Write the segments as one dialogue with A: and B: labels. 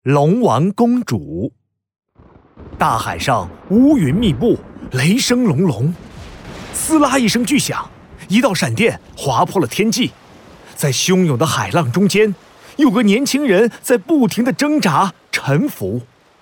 A: 龙王公主。大海上乌云密布，雷声隆隆，撕拉一声巨响，一道闪电划破了天际。在汹涌的海浪中间，有个年轻人在不停地挣扎沉浮。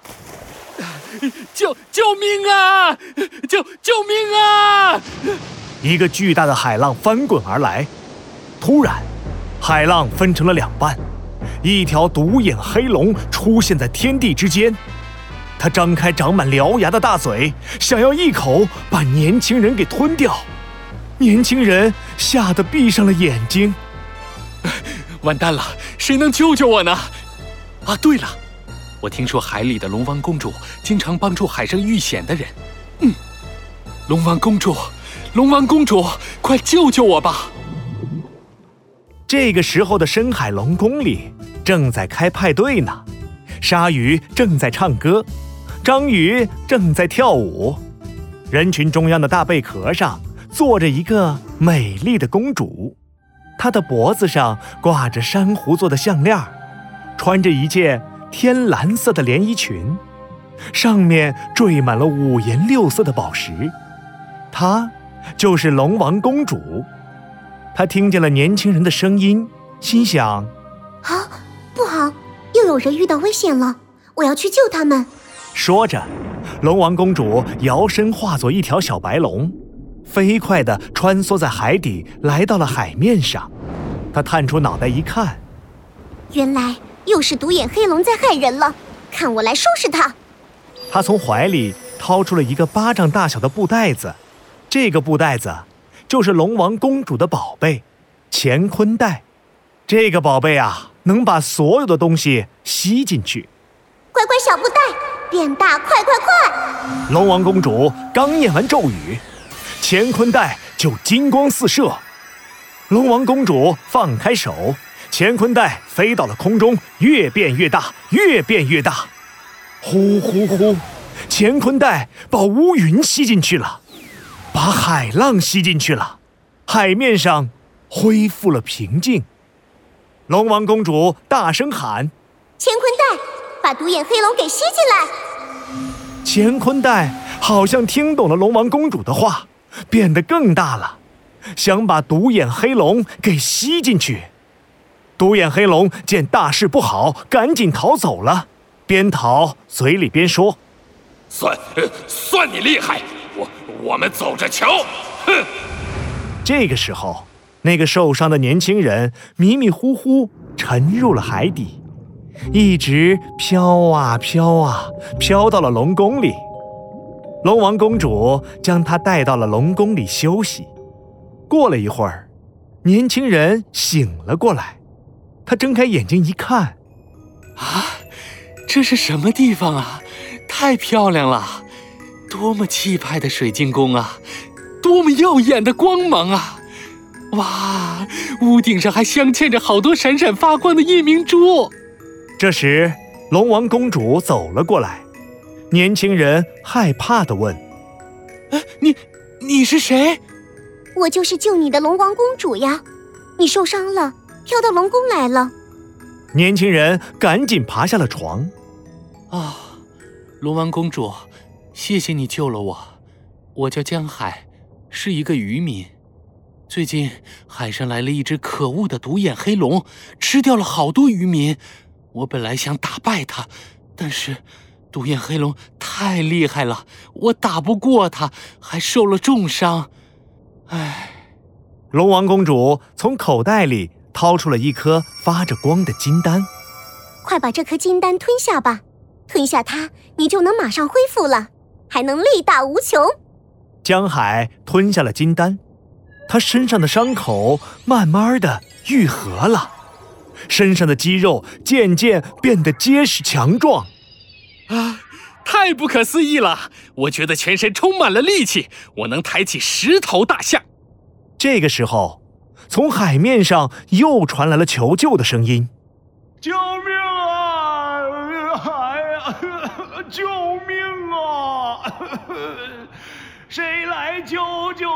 B: 救命啊！救命啊！
A: 一个巨大的海浪翻滚而来，突然，海浪分成了两半，一条独眼黑龙出现在天地之间。它张开长满獠牙的大嘴，想要一口把年轻人给吞掉。年轻人吓得闭上了眼睛。
B: 完蛋了，谁能救救我呢？啊，对了，我听说海里的龙王公主经常帮助海上遇险的人。龙王公主，快救救我吧！
A: 这个时候的深海龙宫里正在开派对呢，鲨鱼正在唱歌，章鱼正在跳舞。人群中央的大贝壳上坐着一个美丽的公主，她的脖子上挂着珊瑚做的项链，穿着一件天蓝色的连衣裙，上面缀满了五颜六色的宝石。她就是龙王公主。她听见了年轻人的声音，心想：
C: 啊，不好，又有人遇到危险了，我要去救他们。
A: 说着，龙王公主摇身化作一条小白龙，飞快地穿梭在海底，来到了海面上。她探出脑袋一看，
C: 原来又是独眼黑龙在害人了，看我来收拾它。
A: 她从怀里掏出了一个巴掌大小的布袋子，这个布袋子就是龙王公主的宝贝乾坤袋。这个宝贝啊，能把所有的东西吸进去。
C: 乖乖小布袋，变大快快快！
A: 龙王公主刚念完咒语，乾坤袋就金光四射。龙王公主放开手，乾坤袋飞到了空中，越变越大，越变越大。呼呼呼，乾坤袋把乌云吸进去了，把海浪吸进去了，海面上恢复了平静。龙王公主大声喊：
C: 乾坤袋，把独眼黑龙给吸进来！
A: 乾坤袋好像听懂了龙王公主的话，变得更大了，想把独眼黑龙给吸进去。独眼黑龙见大事不好，赶紧逃走了，边逃嘴里边说：
B: 算你厉害，我们走着瞧！哼！
A: 这个时候，那个受伤的年轻人迷迷糊糊沉入了海底，一直飘啊飘啊，飘到了龙宫里。龙王公主将他带到了龙宫里休息。过了一会儿，年轻人醒了过来，他睁开眼睛一看，
B: 啊，这是什么地方啊？太漂亮了！多么气派的水晶宫啊，多么耀眼的光芒啊！哇，屋顶上还镶嵌着好多闪闪发光的夜明珠。
A: 这时，龙王公主走了过来，年轻人害怕地问：
B: 你是谁？
C: 我就是救你的龙王公主呀，你受伤了，飘到龙宫来了。
A: 年轻人赶紧爬下了床。
B: 龙王公主，谢谢你救了我。我叫江海，是一个渔民。最近海上来了一只可恶的独眼黑龙，吃掉了好多渔民。我本来想打败它，但是独眼黑龙太厉害了，我打不过它，还受了重伤。唉。
A: 龙王公主从口袋里掏出了一颗发着光的金丹。
C: 快把这颗金丹吞下吧，吞下它，你就能马上恢复了，还能力大无穷。
A: 江海吞下了金丹，他身上的伤口慢慢的愈合了，身上的肌肉渐渐变得结实强壮。
B: 太不可思议了！我觉得全身充满了力气，我能抬起10头大象。
A: 这个时候，从海面上又传来了求救的声音：
D: 救命啊！海呀！救命啊！谁来救救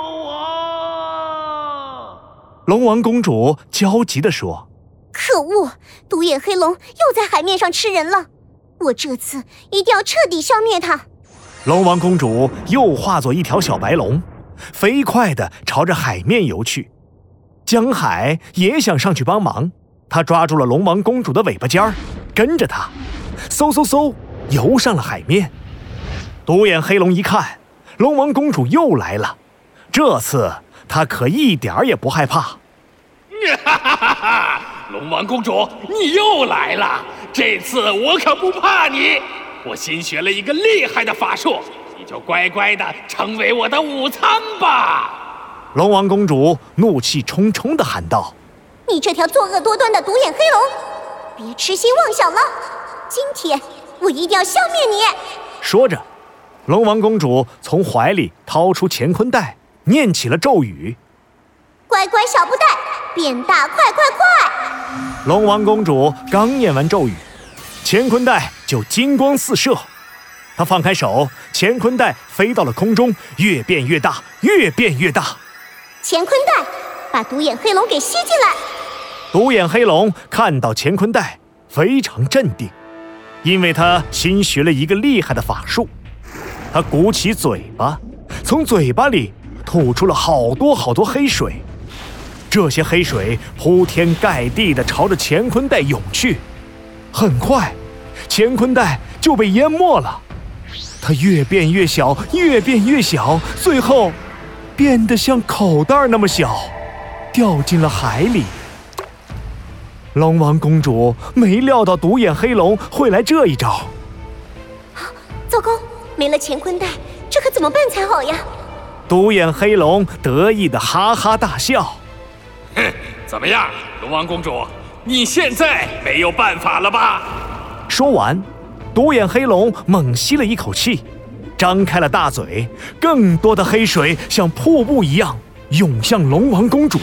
D: 我？
A: 龙王公主焦急地说：
C: 可恶，独眼黑龙又在海面上吃人了， 我这次一定要彻底消灭它。
A: 龙王公主又化作一条小白龙，飞快地朝着海面游去。江海也想上去帮忙，他抓住了龙王公主的尾巴尖儿，跟着她，嗖嗖嗖游上了海面。独眼黑龙一看，龙王公主又来了，这次他可一点儿也不害怕。
E: 哈哈哈哈！龙王公主，你又来了，这次我可不怕你。我新学了一个厉害的法术，你就乖乖的成为我的午餐吧。
A: 龙王公主怒气冲冲地喊道：
C: 你这条作恶多端的独眼黑龙，别痴心妄想了，今天我一定要消灭你。
A: 说着，龙王公主从怀里掏出乾坤袋，念起了咒语：
C: 乖乖小布袋，变大快快快！
A: 龙王公主刚念完咒语，乾坤袋就金光四射。她放开手，乾坤袋飞到了空中，越变越大，越变越大。
C: 乾坤袋把独眼黑龙给吸进来。
A: 独眼黑龙看到乾坤袋，非常镇定，因为他新学了一个厉害的法术。他鼓起嘴巴，从嘴巴里吐出了好多好多黑水。这些黑水铺天盖地地朝着乾坤袋涌去，很快，乾坤袋就被淹没了。它越变越小，越变越小，最后变得像口袋那么小，掉进了海里。龙王公主没料到独眼黑龙会来这一招。
C: 糟糕，没了乾坤袋，这可怎么办才好呀？
A: 独眼黑龙得意地哈哈大笑。
E: 哼，怎么样，龙王公主，你现在没有办法了吧？
A: 说完，独眼黑龙猛吸了一口气，张开了大嘴，更多的黑水像瀑布一样涌向龙王公主。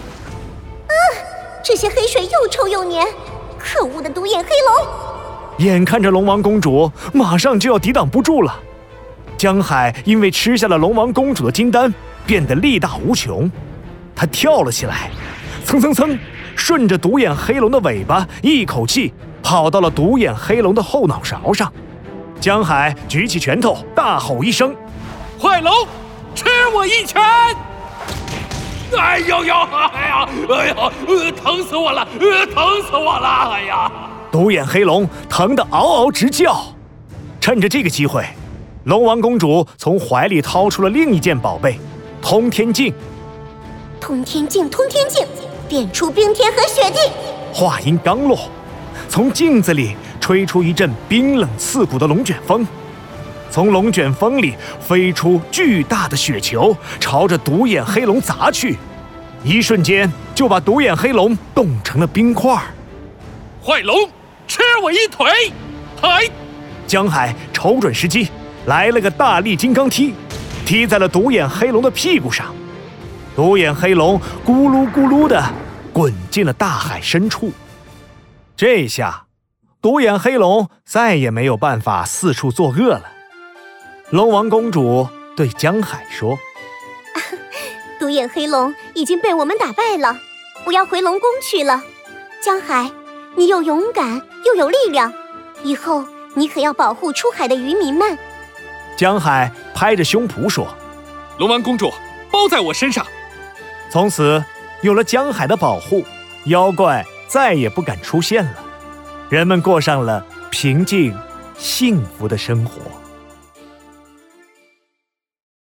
C: 这些黑水又臭又黏，可恶的独眼黑龙！
A: 眼看着龙王公主马上就要抵挡不住了，江海因为吃下了龙王公主的金丹，变得力大无穷。他跳了起来，蹭蹭蹭，顺着独眼黑龙的尾巴，一口气跑到了独眼黑龙的后脑勺上。江海举起拳头，大吼一声：“
E: 坏龙，吃我一拳！”哎呦呦，哎呀，哎呀，疼死我了，疼死我了！哎呀！
A: 独眼黑龙疼得嗷嗷直叫。趁着这个机会，龙王公主从怀里掏出了另一件宝贝——通天镜。
C: 通天镜，通天镜，变出冰天和雪地。
A: 话音刚落，从镜子里吹出一阵冰冷刺骨的龙卷风。从龙卷风里飞出巨大的雪球，朝着独眼黑龙砸去，一瞬间就把独眼黑龙冻成了冰块。
E: 坏龙，吃我一腿！嗨！
A: 江海瞅准时机，来了个大力金刚踢，踢在了独眼黑龙的屁股上。独眼黑龙咕噜咕噜地滚进了大海深处。这下，独眼黑龙再也没有办法四处作恶了。龙王公主对江海说：“
C: 独眼黑龙已经被我们打败了，我要回龙宫去了。江海，你又勇敢又有力量，以后你可要保护出海的渔民们。”
A: 江海拍着胸脯说：“
E: 龙王公主，包在我身上。”
A: 从此，有了江海的保护，妖怪再也不敢出现了，人们过上了平静、幸福的生活。